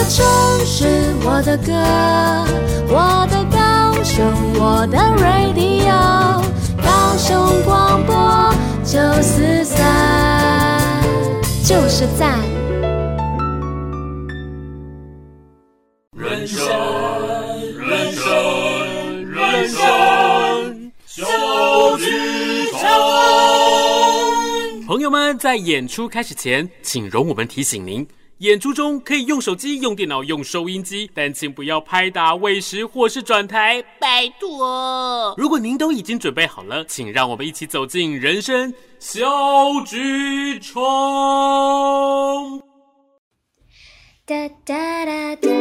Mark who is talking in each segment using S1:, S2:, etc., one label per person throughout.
S1: 的城市，我的歌，我的高雄，我的 radio， 高雄广播943，就是赞。
S2: 人生，人生，人生，小剧场。
S3: 朋友们，在演出开始前，请容我们提醒您。演出中可以用手机、用电脑、用收音机，但请不要拍打、喂食或是转台，拜托。如果您都已经准备好了，请让我们一起走进人生小剧场。
S1: 哒哒哒哒。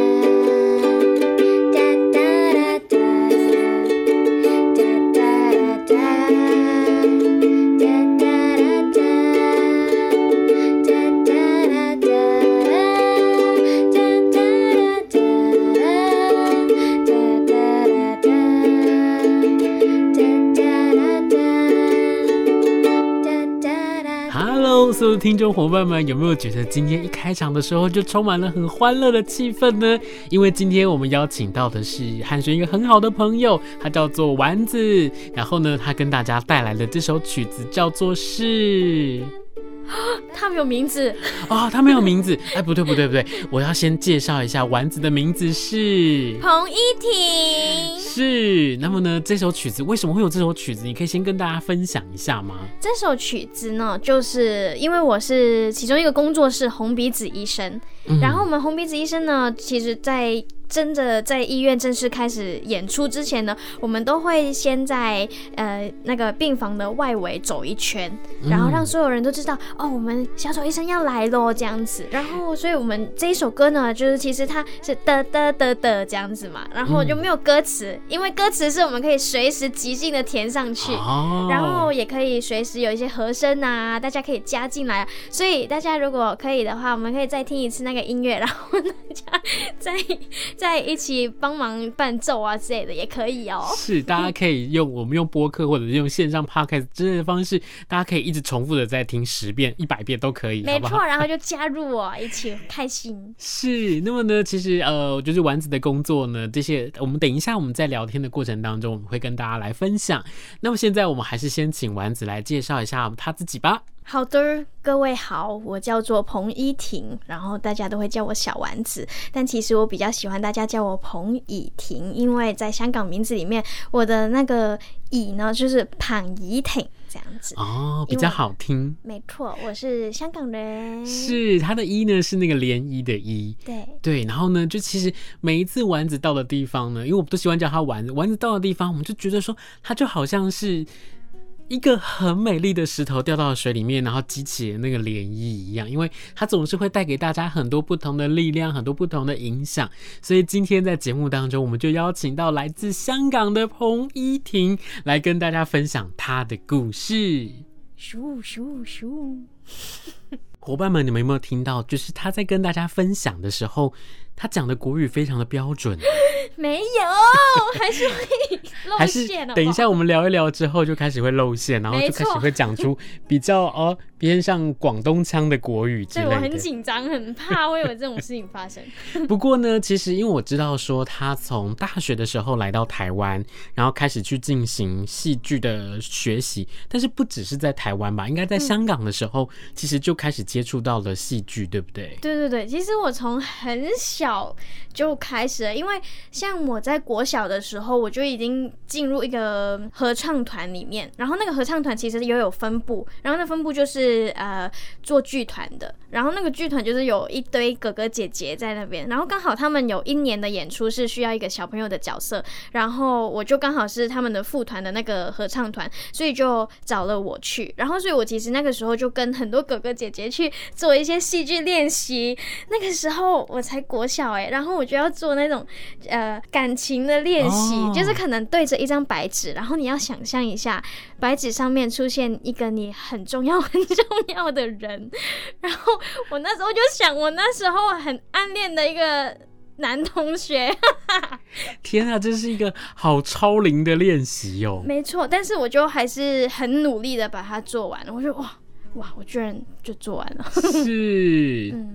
S3: 所有听众伙伴们，有没有觉得今天一开场的时候就充满了很欢乐的气氛呢？因为今天我们邀请到的是汉璇一个很好的朋友，他叫做丸子。然后呢，他跟大家带来的这首曲子叫做是。
S4: 他没有名字
S3: 哦，他没有名字。哎，不对，我要先介绍一下，丸子的名字是
S4: 彭依婷。
S3: 是，那么呢，这首曲子为什么会有这首曲子？你可以先跟大家分享一下吗？
S4: 这首曲子呢，就是因为我是其中一个工作室红鼻子医生，然后我们红鼻子医生呢，其实在真的在医院正式开始演出之前呢，我们都会先在那个病房的外围走一圈，然后让所有人都知道哦，我们小丑医生要来咯这样子。然后，所以我们这一首歌呢，就是其实它是的这样子嘛，然后就没有歌词，因为歌词是我们可以随时即兴的填上去，然后也可以随时有一些和声啊，大家可以加进来。所以大家如果可以的话，我们可以再听一次那个音乐，然后大家再一起帮忙伴奏啊之类的也可以哦。
S3: 是，大家可以我们用播客或者是用线上 podcast 之类的方式，大家可以一直重复的再听10遍、100遍都可以，
S4: 没错，
S3: 好不好？
S4: 然后就加入我一起开心。
S3: 是，那么呢，其实就是丸子的工作呢，这些我们等一下我们在聊天的过程当中，我们会跟大家来分享。那么现在我们还是先请丸子来介绍一下他自己吧。
S4: 好的，各位好，我叫做彭依婷，然后大家都会叫我小丸子，但其实我比较喜欢大家叫我彭以婷，因为在香港名字里面，我的那个以呢就是彭以婷这样子
S3: 哦，比较好听。
S4: 没错，我是香港人。
S3: 是，他的一呢是那个涟漪的漪，对，然后呢，就其实每一次丸子到的地方呢，因为我们都喜欢叫他丸子，丸子到的地方，我们就觉得说他就好像是一个很美丽的石头掉到了水里面，然后激起了那个涟漪一样，因为它总是会带给大家很多不同的力量，很多不同的影响。所以今天在节目当中，我们就邀请到来自香港的彭依婷来跟大家分享她的故事。
S4: 咻咻咻！
S3: 伙伴们，你们有没有听到？就是他在跟大家分享的时候，他讲的国语非常的标准。
S4: 没有，还是会露馅了。
S3: 等一下我们聊一聊之后，就开始会露馅，然后就开始会讲出比较偏向广东腔的国语之类的。
S4: 对，我很紧张，很怕会有这种事情发生。
S3: 不过呢，其实因为我知道说他从大学的时候来到台湾，然后开始去进行戏剧的学习，但是不只是在台湾吧，应该在香港的时候，其实就开始接触到了戏剧，对不对？
S4: 对，其实我从很小就开始了，因为像我在国小的时候，我就已经进入一个合唱团里面，然后那个合唱团其实也有分部，然后那分部就是做剧团的，然后那个剧团就是有一堆哥哥姐姐在那边，然后刚好他们有1年的演出是需要一个小朋友的角色，然后我就刚好是他们的副团的那个合唱团，所以就找了我去，然后所以我其实那个时候就跟很多哥哥姐姐去做一些戏剧练习，那个时候我才国小然后我就要做那种感情的练习，就是可能对着一张白纸，然后你要想象一下白纸上面出现一个你很重要的人，然后我那时候就想我那时候很暗恋的一个男同学
S3: 天啊，这是一个好超龄的练习哦。
S4: 没错，但是我就还是很努力的把它做完了，我就哇，我居然就做完了。
S3: 是，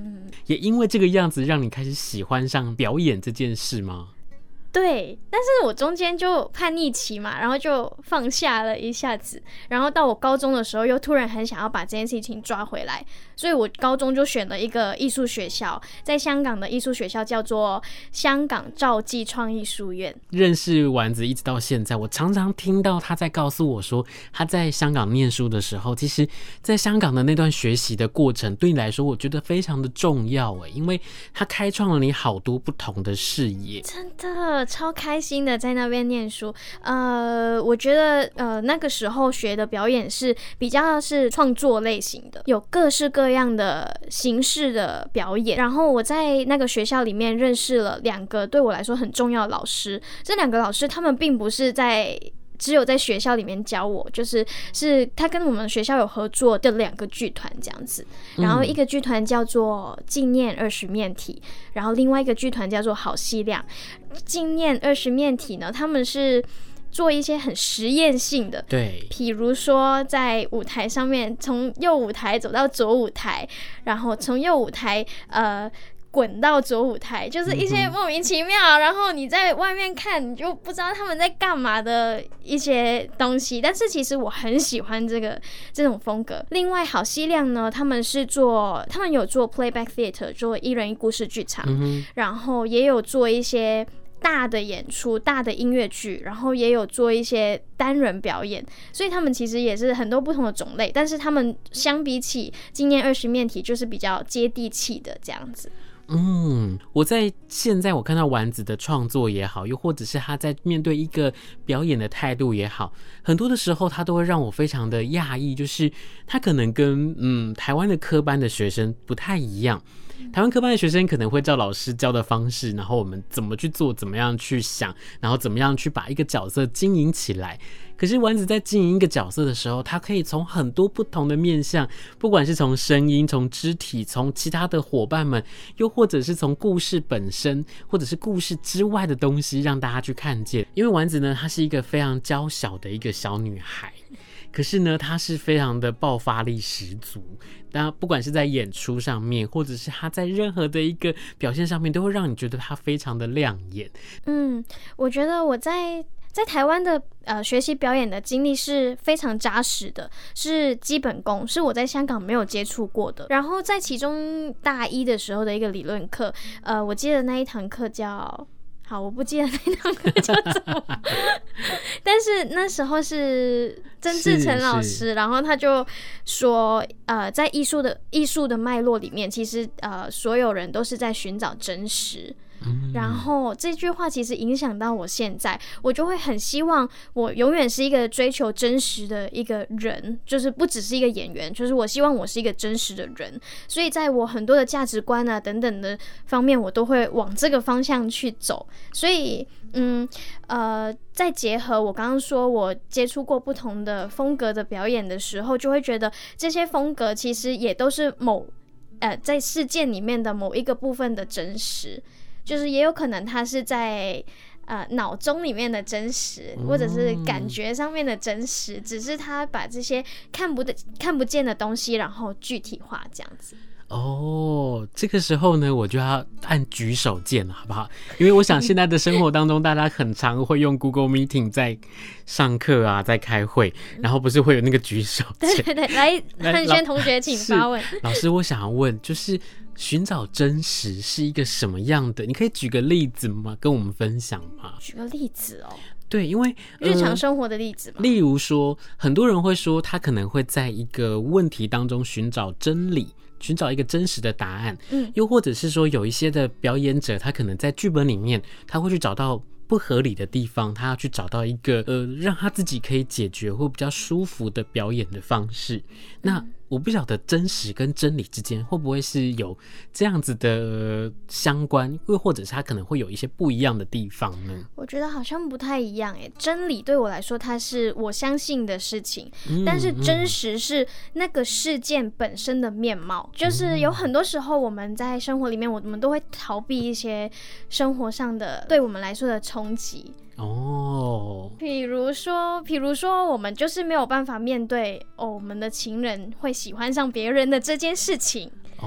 S3: 也因为这个样子让你开始喜欢上表演这件事吗？
S4: 对，但是我中间就叛逆期嘛，然后就放下了一下子，然后到我高中的时候又突然很想要把这件事情抓回来，所以我高中就选了一个艺术学校，在香港的艺术学校叫做香港兆记创意书院。
S3: 认识丸子一直到现在，我常常听到他在告诉我说，他在香港念书的时候，其实在香港的那段学习的过程对你来说我觉得非常的重要，因为他开创了你好多不同的视野。
S4: 真的超开心的在那边念书。我觉得那个时候学的表演是比较是创作类型的，有各式各样的形式的表演。然后我在那个学校里面认识了2个对我来说很重要的老师，这2个老师他们并不是只有在学校里面教我，是他跟我们学校有合作的2个剧团这样子。然后一个剧团叫做纪念20面体，然后另外一个剧团叫做好戏量。纪念20面体呢，他们是做一些很实验性的，
S3: 对，
S4: 比如说在舞台上面从右舞台走到左舞台，然后从右舞台滚到左舞台，就是一些莫名其妙，然后你在外面看你就不知道他们在干嘛的一些东西，但是其实我很喜欢这种风格。另外好戏量呢，他们有做 playback theater， 做1人1故事剧场，然后也有做一些大的演出、大的音乐剧，然后也有做一些单人表演，所以他们其实也是很多不同的种类，但是他们相比起纪念20面体就是比较接地气的这样子。
S3: 我在现在我看到丸子的创作也好，又或者是他在面对一个表演的态度也好，很多的时候他都会让我非常的讶异，就是他可能跟台湾的科班的学生不太一样。台湾科班的学生可能会照老师教的方式，然后我们怎么去做，怎么样去想，然后怎么样去把一个角色经营起来。可是丸子在经营一个角色的时候，他可以从很多不同的面向，不管是从声音、从肢体、从其他的伙伴们，又或者是从故事本身，或者是故事之外的东西，让大家去看见。因为丸子呢，她是一个非常娇小的一个小女孩，可是呢，她是非常的爆发力十足。那不管是在演出上面，或者是她在任何的一个表现上面，都会让你觉得她非常的亮眼。
S4: 我觉得我在台湾的学习表演的经历是非常扎实的，是基本功，是我在香港没有接触过的。然后在其中大1的时候的一个理论课，我记得那一堂课我不记得那堂课叫什么但是那时候是曾志成老师，然后他就说在艺术的脉络里面，其实所有人都是在寻找真实。然后这句话其实影响到我现在，我就会很希望我永远是一个追求真实的一个人，就是不只是一个演员，就是我希望我是一个真实的人。所以在我很多的价值观啊等等的方面，我都会往这个方向去走。所以再结合我刚刚说我接触过不同的风格的表演的时候，就会觉得这些风格其实也都是在事件里面的某一个部分的真实，就是也有可能它是在脑中里面的真实，或者是感觉上面的真实，只是他把这些看不见的东西然后具体化这样子。
S3: 这个时候呢，我就要按举手键了，好不好？因为我想现在的生活当中，大家很常会用 Google Meeting 在上课啊，在开会，然后不是会有那个举手键？
S4: 对，来汉轩同学请发问。
S3: 老师，我想要问，就是寻找真实是一个什么样的？你可以举个例子吗？跟我们分享吗？
S4: 举个例子哦。
S3: 对，因为
S4: 日常生活的例子嘛。
S3: 例如说，很多人会说，他可能会在一个问题当中寻找真理，寻找一个真实的答案。又或者是说，有一些的表演者，他可能在剧本里面，他会去找到不合理的地方，他要去找到一个让他自己可以解决或比较舒服的表演的方式。那我不晓得真实跟真理之间会不会是有这样子的相关，又或者是它可能会有一些不一样的地方呢？
S4: 我觉得好像不太一样耶。真理对我来说，它是我相信的事情，但是真实是那个事件本身的面貌。就是有很多时候我们在生活里面，我们都会逃避一些生活上的对我们来说的冲击。比如说我们就是没有办法面对我们的情人会喜欢上别人的这件事情。但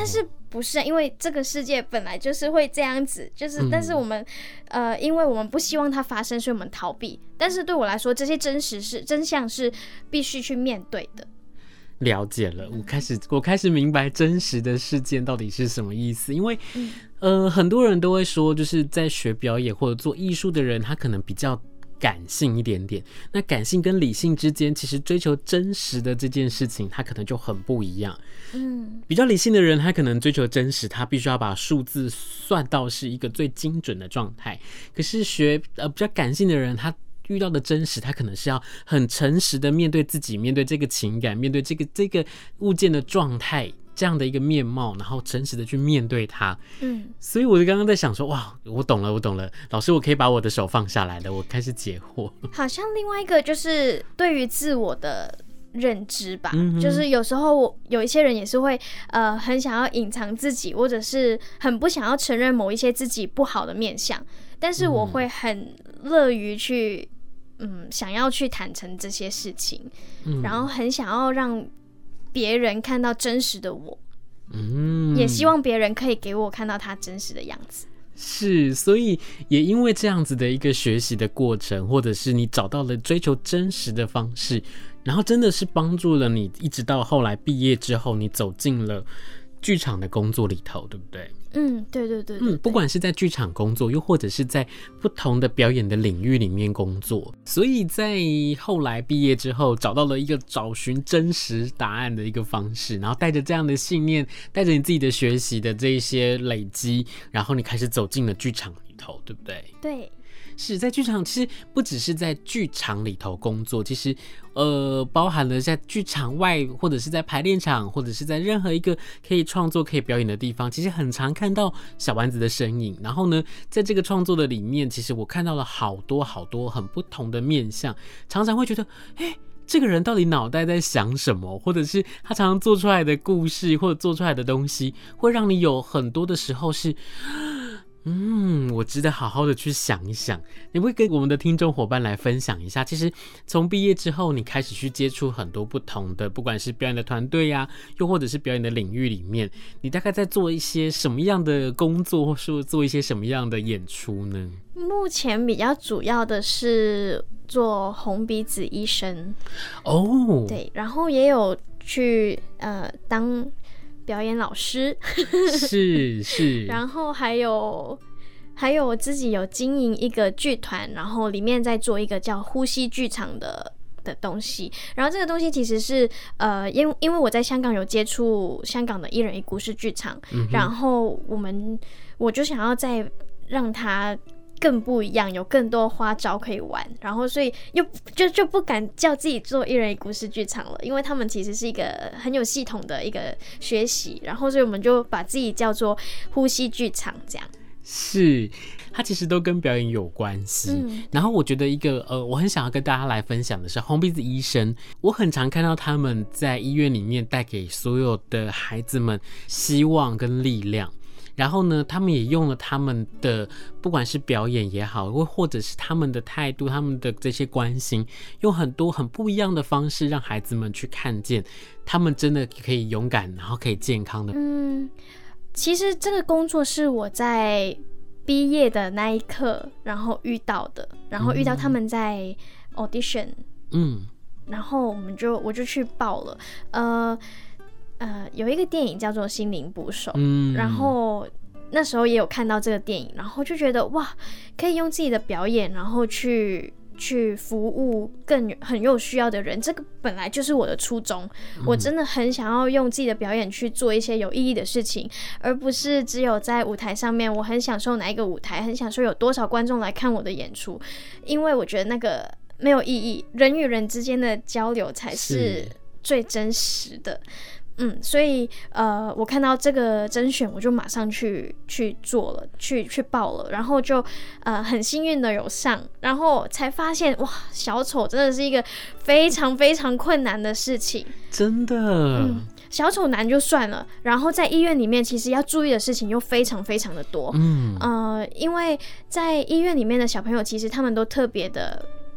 S4: 但是不是，因为这个世界本来就是会这样子，就是但是我们因为我们不希望它发生，所以我们逃避。但是对我来说，这些真相是必须去面对的。
S3: 了解了，我开始明白真实的事件到底是什么意思。因为很多人都会说，就是在学表演或者做艺术的人，他可能比较感性一点点。那感性跟理性之间，其实追求真实的这件事情，它可能就很不一样。比较理性的人，他可能追求真实，他必须要把数字算到是一个最精准的状态。可是比较感性的人，他遇到的真实，他可能是要很诚实的面对自己，面对这个情感，面对这个物件的状态，这样的一个面貌，然后诚实的去面对它。所以我就刚刚在想说，哇，我懂了，老师，我可以把我的手放下来了，我开始解惑。
S4: 好像另外一个就是对于自我的认知吧，就是有时候有一些人也是会很想要隐藏自己，或者是很不想要承认某一些自己不好的面向，但是我会很乐于去想要去坦诚这些事情，然后很想要让别人看到真实的我，也希望别人可以给我看到他真实的样子。
S3: 是，所以也因为这样子的一个学习的过程，或者是你找到了追求真实的方式，然后真的是帮助了你，一直到后来毕业之后，你走进了剧场的工作里头，对不对？
S4: 对。
S3: 不管是在剧场工作，又或者是在不同的表演的领域里面工作，所以在后来毕业之后，找到了一个找寻真实答案的一个方式，然后带着这样的信念，带着你自己的学习的这一些累积，然后你开始走进了剧场里头，对不对？
S4: 对。
S3: 是在剧场，其实不只是在剧场里头工作，其实包含了在剧场外，或者是在排练场，或者是在任何一个可以创作、可以表演的地方，其实很常看到小丸子的身影。然后呢，在这个创作的里面，其实我看到了好多很不同的面向，常常会觉得，这个人到底脑袋在想什么，或者是他常常做出来的故事或者做出来的东西，会让你有很多的时候是我值得好好的去想一想。你会跟我们的听众伙伴来分享一下，其实从毕业之后，你开始去接触很多不同的，不管是表演的团队啊，又或者是表演的领域里面，你大概在做一些什么样的工作，或是做一些什么样的演出呢？
S4: 目前比较主要的是做红鼻子医生对，然后也有去当表演老师是然后还有我自己有经营一个剧团，然后里面在做一个叫呼吸剧场的东西。然后这个东西其实是因为我在香港有接触香港的一人一故事剧场，然后我就想要再让它更不一样，有更多花招可以玩，然后所以就不敢叫自己做一人一故事剧场了，因为他们其实是一个很有系统的一个学习，然后所以我们就把自己叫做呼吸剧场这样。
S3: 是，它其实都跟表演有关系。然后我觉得一个我很想要跟大家来分享的是红鼻子医生，我很常看到他们在医院里面带给所有的孩子们希望跟力量。然后呢，他们也用了他们的不管是表演也好，或者是他们的态度，他们的这些关心，用很多很不一样的方式让孩子们去看见他们真的可以勇敢，然后可以健康的。
S4: 其实这个工作是我在毕业的那一刻然后遇到的，然后遇到他们在 audition，然后我就去报了。有一个电影叫做《心灵捕手》，然后那时候也有看到这个电影，然后就觉得哇，可以用自己的表演，然后去服务很有需要的人，这个本来就是我的初衷。我真的很想要用自己的表演去做一些有意义的事情，而不是只有在舞台上面，我很享受哪一个舞台，很享受有多少观众来看我的演出，因为我觉得那个没有意义，人与人之间的交流才是最真实的。所以我看到这个甄选，我就马上去做了，去报了，然后就很幸运的有上，然后才发现哇，小丑真的是一个非常非常困难的事情，
S3: 真的。
S4: 小丑难就算了，然后在医院里面其实要注意的事情又非常非常的多。因为在医院里面的小朋友，其实他们都特别的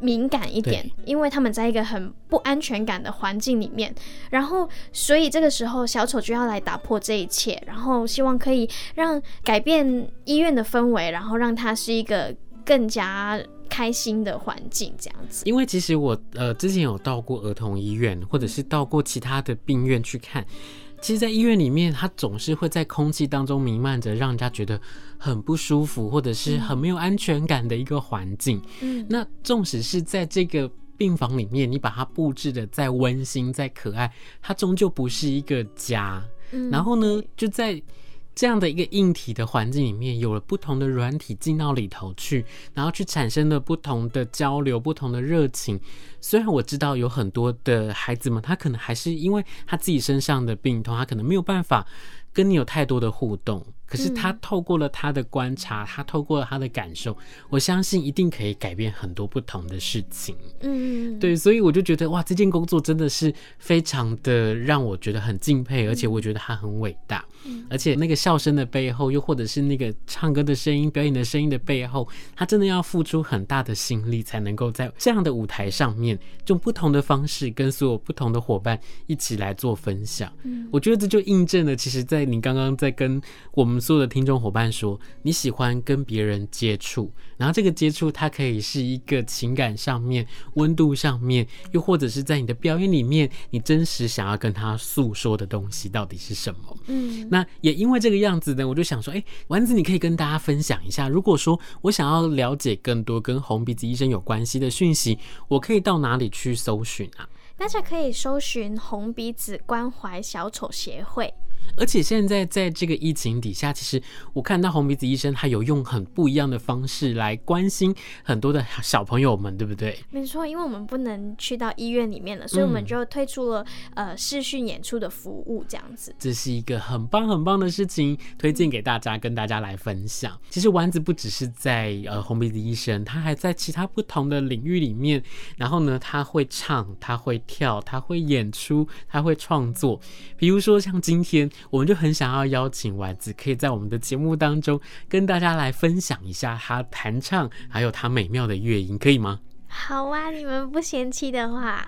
S4: 敏感一点，因为他们在一个很不安全感的环境里面，然后所以这个时候小丑就要来打破这一切，然后希望可以改变医院的氛围，然后让它是一个更加开心的环境这样子。
S3: 因为其实我之前有到过儿童医院，或者是到过其他的病院去看，其实在医院里面它总是会在空气当中弥漫着让人家觉得很不舒服或者是很没有安全感的一个环境。那纵使是在这个病房里面你把它布置的再温馨再可爱，它终究不是一个家。然后呢就在这样的一个硬体的环境里面，有了不同的软体进到里头去，然后去产生了不同的交流，不同的热情。虽然我知道有很多的孩子们他可能还是因为他自己身上的病痛，他可能没有办法跟你有太多的互动，可是他透过了他的观察，他透过了他的感受，我相信一定可以改变很多不同的事情。对，所以我就觉得哇，这件工作真的是非常的让我觉得很敬佩，而且我觉得他很伟大。而且那个笑声的背后，又或者是那个唱歌的声音、表演的声音的背后，他真的要付出很大的心力，才能够在这样的舞台上面，用不同的方式跟所有不同的伙伴一起来做分享。我觉得这就印证了，其实在你刚刚在跟我们所有的听众伙伴说，你喜欢跟别人接触，然后这个接触它可以是一个情感上面、温度上面，又或者是在你的表演里面，你真实想要跟他诉说的东西到底是什么。那也因为这个样子呢，我就想说丸子你可以跟大家分享一下，如果说我想要了解更多跟红鼻子医生有关系的讯息，我可以到哪里去搜寻啊？
S4: 大家可以搜寻红鼻子关怀小丑协会。
S3: 而且现在在这个疫情底下，其实我看到红鼻子医生他有用很不一样的方式来关心很多的小朋友们，对不对？
S4: 没错，因为我们不能去到医院里面了，所以我们就推出了视讯演出的服务这样子。
S3: 这是一个很棒很棒的事情，推荐给大家，跟大家来分享。其实丸子不只是在红鼻子医生，他还在其他不同的领域里面，然后呢他会唱，他会跳，他会演出，他会创作。比如说像今天我们就很想要邀请丸子可以在我们的节目当中跟大家来分享一下他弹唱还有他美妙的乐音，可以吗？
S4: 好啊，你们不嫌弃的话。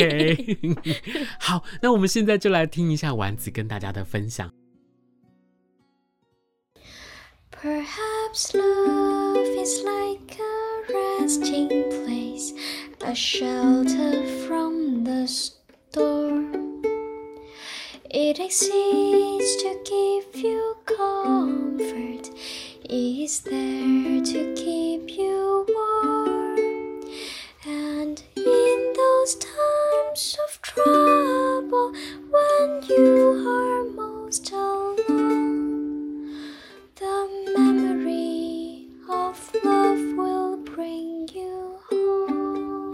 S3: OK 好，那我们现在就来听一下丸子跟大家的分享。
S1: Perhaps love is like a resting place, a shelter from the storm.It exists to give you comfort, is there to keep you warm. And in those times of trouble, when you are most alone, the memory of love will bring you home.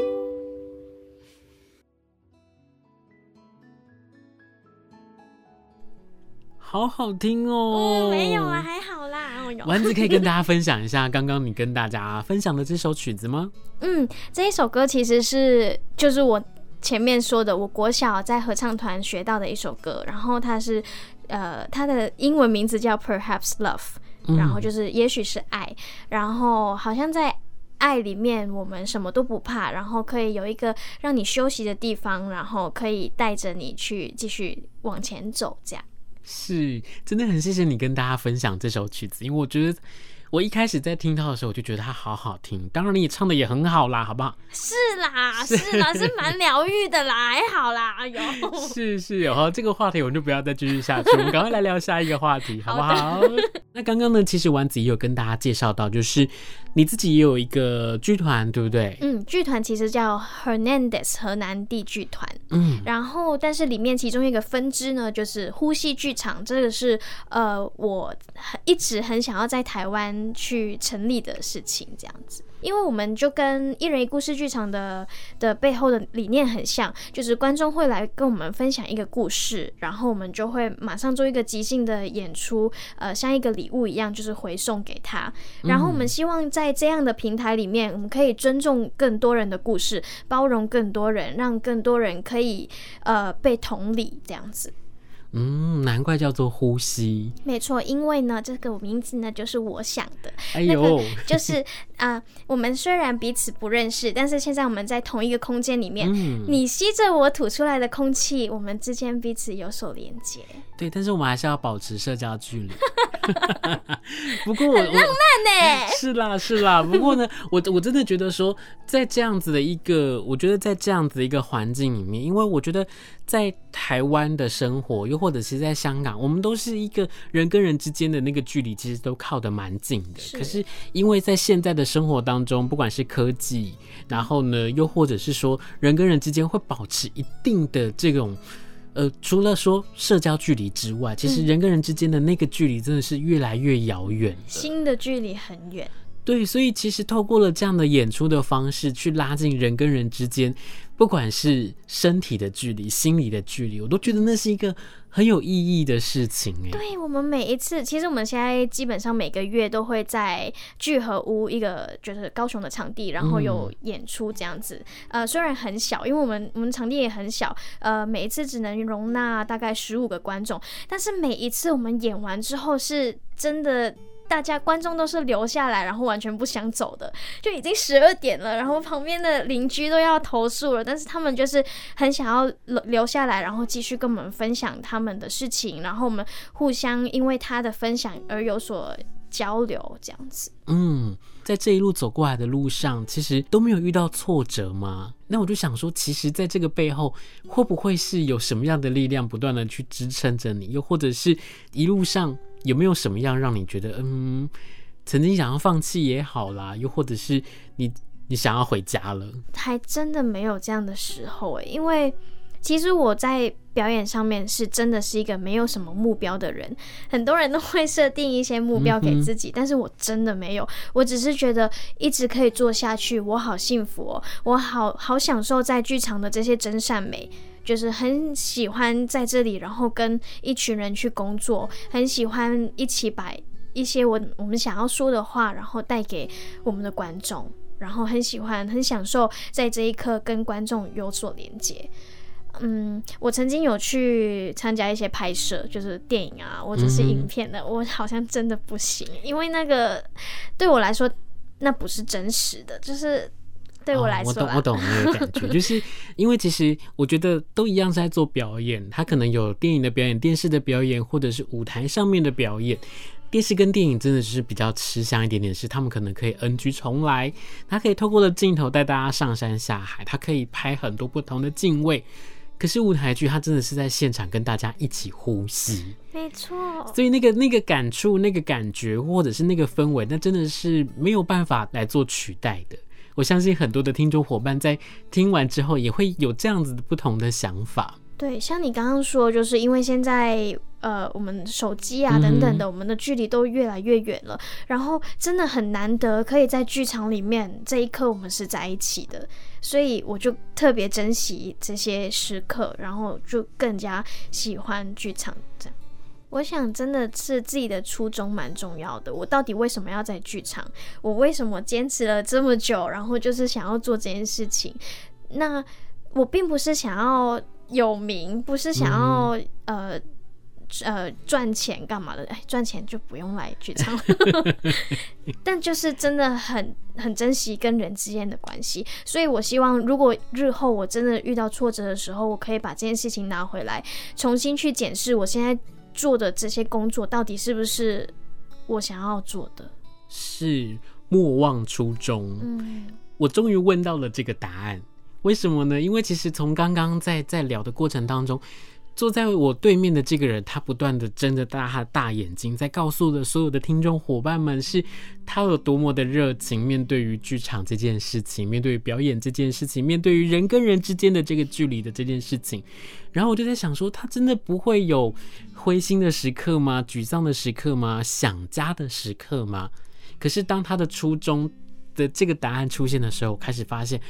S3: 好好听哦。
S4: 没有啦，还好啦。
S3: 丸子可以跟大家分享一下刚刚你跟大家分享的这首曲子吗？
S4: 这一首歌其实就是我前面说的，我国小在合唱团学到的一首歌，然后它是它的英文名字叫 Perhaps Love，然后就是也许是爱，然后好像在爱里面我们什么都不怕，然后可以有一个让你休息的地方，然后可以带着你去继续往前走，这样。
S3: 是，真的很谢谢你跟大家分享这首曲子，因为我觉得我一开始在听到的时候，我就觉得它好好听。当然你也唱的也很好啦，好不好？
S4: 是啦，是蛮疗愈的啦，还好啦，哎呦。
S3: 是，好，这个话题我们就不要再继续下去，我们赶快来聊下一个话题，好不好？那刚刚呢，其实丸子也有跟大家介绍到，就是你自己也有一个剧团，对不对？
S4: 剧团其实叫 Hernandez 河南地剧团。然后但是里面其中一个分支呢，就是呼吸剧场，这个是我一直很想要在台湾去成立的事情，这样子。因为我们就跟一人一故事剧场的背后的理念很像，就是观众会来跟我们分享一个故事，然后我们就会马上做一个即兴的演出，像一个礼物一样，就是回送给他。然后我们希望在这样的平台里面，我们可以尊重更多人的故事，包容更多人，让更多人可以被同理这样子。
S3: 难怪叫做呼吸。
S4: 没错，因为呢，这个名字呢就是我想的。
S3: 哎呦，
S4: 那个就是我们虽然彼此不认识，但是现在我们在同一个空间里面，你吸着我吐出来的空气，我们之间彼此有所连接。
S3: 对，但是我们还是要保持社交距离。不过
S4: 很浪漫呢。
S3: 是啦。不过呢，我真的觉得说，在这样子的一个，我觉得在这样子的一个环境里面，因为我觉得在台湾的生活，又或者是在香港，我们都是一个人跟人之间的那个距离，其实都靠得蛮近的。可是因为在现在的生活当中，不管是科技，然后呢，又或者是说人跟人之间会保持一定的这种。除了说社交距离之外，其实人跟人之间的那个距离真的是越来越遥远了，
S4: 心的距离很远。
S3: 对，所以其实透过了这样的演出的方式去拉近人跟人之间，不管是身体的距离、心理的距离，我都觉得那是一个很有意义的事情。
S4: 对，我们每一次，其实我们现在基本上每个月都会在聚合屋一个就是高雄的场地，然后有演出这样子。虽然很小，因为我们场地也很小，每一次只能容纳大概15个观众，但是每一次我们演完之后是真的。大家观众都是留下来，然后完全不想走的，就已经12点了，然后旁边的邻居都要投诉了，但是他们就是很想要留下来，然后继续跟我们分享他们的事情，然后我们互相因为他的分享而有所交流，这样子。
S3: 在这一路走过来的路上，其实都没有遇到挫折吗？那我就想说，其实在这个背后，会不会是有什么样的力量不断的去支撑着你，又或者是一路上有没有什么样让你觉得曾经想要放弃也好啦，又或者是你想要回家了？
S4: 还真的没有这样的时候因为其实我在表演上面是真的是一个没有什么目标的人，很多人都会设定一些目标给自己，但是我真的没有，我只是觉得一直可以做下去，我好幸福我好享受在剧场的这些真善美，就是很喜欢在这里，然后跟一群人去工作，很喜欢一起把一些我们想要说的话，然后带给我们的观众，然后很喜欢很享受在这一刻跟观众有所连接。我曾经有去参加一些拍摄，就是电影啊或者是影片的，我好像真的不行，因为那个对我来说那不是真实的，就是对我来说
S3: 我懂那个感觉，就是因为其实我觉得都一样是在做表演，它可能有电影的表演、电视的表演，或者是舞台上面的表演。电视跟电影真的是比较吃香一点点，是他们可能可以 NG 重来，它可以透过了镜头带大家上山下海，它可以拍很多不同的镜位。可是舞台剧它真的是在现场跟大家一起呼吸，
S4: 没错，
S3: 所以那个感触、那个感觉或者是那个氛围，那真的是没有办法来做取代的。我相信很多的听众伙伴在听完之后也会有这样子的不同的想法。
S4: 对，像你刚刚说，就是因为现在我们手机啊等等的，我们的距离都越来越远了，然后真的很难得可以在剧场里面这一刻我们是在一起的，所以我就特别珍惜这些时刻，然后就更加喜欢剧场这样。我想真的是自己的初衷蛮重要的，我到底为什么要在剧场，我为什么坚持了这么久，然后就是想要做这件事情。那我并不是想要有名，不是想要赚钱干嘛的，赚钱就不用来剧场但就是真的很珍惜跟人之间的关系，所以我希望如果日后我真的遇到挫折的时候，我可以把这件事情拿回来，重新去检视我现在做的这些工作到底是不是我想要做的，
S3: 是莫忘初衷。我终于问到了这个答案。为什么呢？因为其实从刚刚在聊的过程当中，坐在我对面的这个人，他不断的睁着他的大眼睛，在告诉了所有的听众伙伴们，是他有多么的热情，面对于剧场这件事情，面对于表演这件事情，面对于人跟人之间的这个距离的这件事情。然后我就在想说，他真的不会有灰心的时刻吗？沮丧的时刻吗？想家的时刻吗？可是当他的初衷的这个答案出现的时候，我开始发现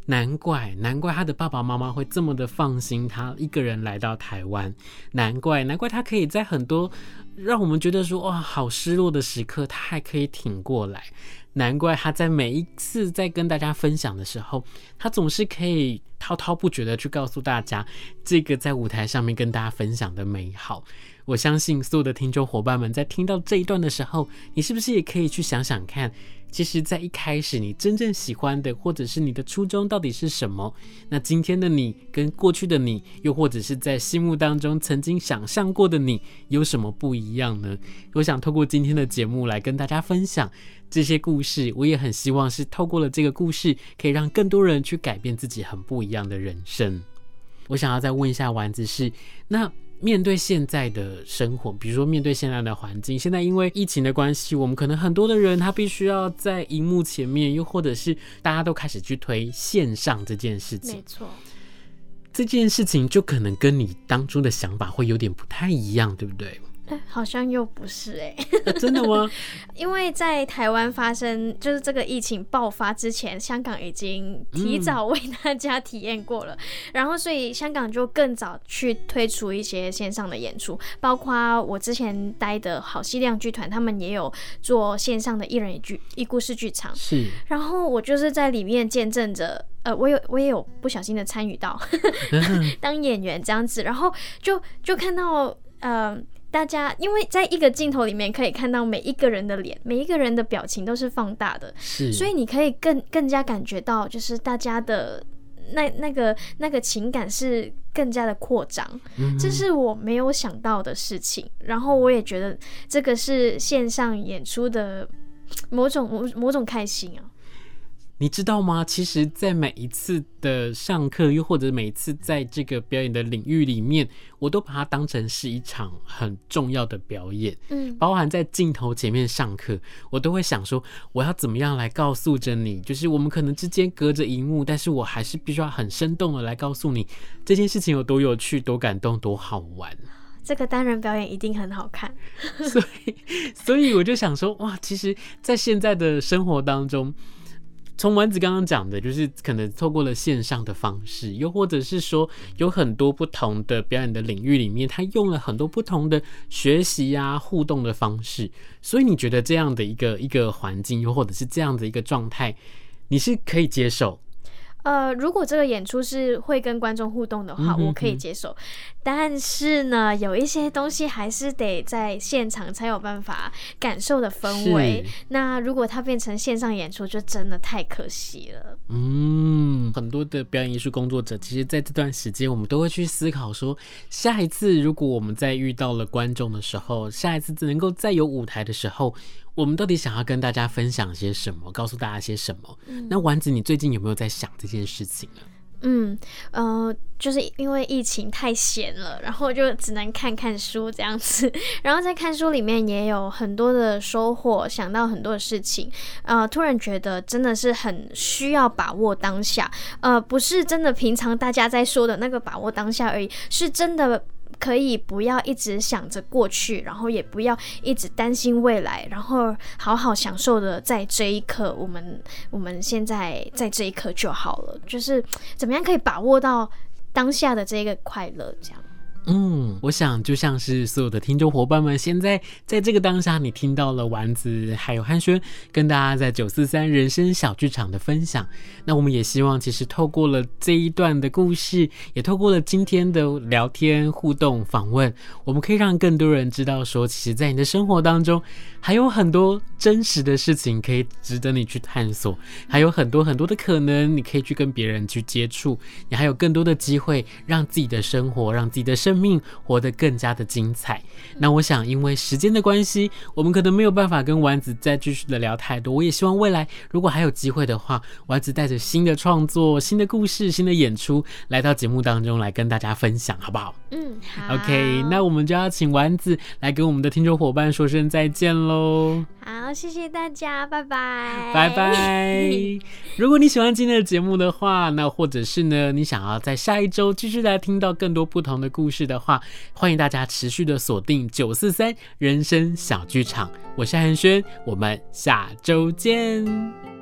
S3: 难怪他的爸爸妈妈会这么的放心他一个人来到台湾，难怪他可以在很多让我们觉得说哇好失落的时刻，他还可以挺过来。难怪他在每一次在跟大家分享的时候，他总是可以滔滔不绝的去告诉大家这个在舞台上面跟大家分享的美好。我相信所有的听众伙伴们在听到这一段的时候，你是不是也可以去想想看，其实在一开始你真正喜欢的或者是你的初衷到底是什么，那今天的你跟过去的你，又或者是在心目当中曾经想象过的你有什么不一样呢？我想透过今天的节目来跟大家分享这些故事，我也很希望是透过了这个故事可以让更多人去改变自己很不一样的人生。我想要再问一下丸子是，那面对现在的生活，比如说面对现在的环境，现在因为疫情的关系，我们可能很多的人他必须要在荧幕前面，又或者是大家都开始去推线上这件事情。
S4: 没错，
S3: 这件事情就可能跟你当初的想法会有点不太一样，对不对？
S4: 好像又不是
S3: 真的吗？
S4: 因为在台湾发生就是这个疫情爆发之前，香港已经提早为大家体验过了，然后所以香港就更早去推出一些线上的演出，包括我之前待的好戏亮剧团，他们也有做线上的一人一故事剧场，
S3: 是，
S4: 然后我就是在里面见证着我也有不小心的参与到当演员这样子，然后就看到大家因为在一个镜头里面可以看到每一个人的脸，每一个人的表情都是放大的，所以你可以更加感觉到就是大家的那个情感是更加的扩张，这是我没有想到的事情。然后我也觉得这个是线上演出的某种开心啊。
S3: 你知道吗？其实在每一次的上课，又或者每一次在这个表演的领域里面，我都把它当成是一场很重要的表演。包含在镜头前面上课，我都会想说我要怎么样来告诉着你，就是我们可能之间隔着荧幕，但是我还是必须要很生动的来告诉你这件事情有多有趣、多感动、多好玩。
S4: 这个单人表演一定很好看。
S3: 所以我就想说哇，其实在现在的生活当中，从丸子刚刚讲的，就是可能透过了线上的方式，又或者是说有很多不同的表演的领域里面，他用了很多不同的学习啊、互动的方式。所以你觉得这样的一个环境，又或者是这样的一个状态，你是可以接受？
S4: 如果这个演出是会跟观众互动的话，我可以接受。但是呢，有一些东西还是得在现场才有办法感受的氛围。那如果它变成线上演出，就真的太可惜了。
S3: 很多的表演艺术工作者，其实在这段时间，我们都会去思考说，下一次如果我们在遇到了观众的时候，下一次能够再有舞台的时候，我们到底想要跟大家分享些什么，告诉大家些什么？那丸子，你最近有没有在想这件事情呢？
S4: 就是因为疫情太闲了，然后就只能看看书这样子，然后在看书里面也有很多的收获，想到很多的事情，突然觉得真的是很需要把握当下，不是真的平常大家在说的那个把握当下而已，是真的可以不要一直想着过去，然后也不要一直担心未来，然后好好享受的在这一刻，我们现在在这一刻就好了，就是怎么样可以把握到当下的这个快乐，这样。
S3: 我想就像是所有的听众伙伴们，现在在这个当下，你听到了丸子还有汉轩跟大家在943人生小剧场的分享。那我们也希望，其实透过了这一段的故事，也透过了今天的聊天、互动、访问，我们可以让更多人知道说，其实在你的生活当中，还有很多真实的事情可以值得你去探索，还有很多很多的可能，你可以去跟别人去接触，你还有更多的机会，让自己的生活，让自己的生命活得更加的精彩。那我想因为时间的关系，我们可能没有办法跟丸子再继续的聊太多，我也希望未来如果还有机会的话，丸子带着新的创作、新的故事、新的演出来到节目当中来跟大家分享，好不好？
S4: 好。
S3: OK， 那我们就要请丸子来跟我们的听众伙伴说声再见咯。
S4: 好，谢谢大家，拜拜，
S3: 拜拜。如果你喜欢今天的节目的话，那或者是呢，你想要在下一周继续来听到更多不同的故事的话，欢迎大家持续的锁定943人生小剧场。我是汉轩，我们下周见。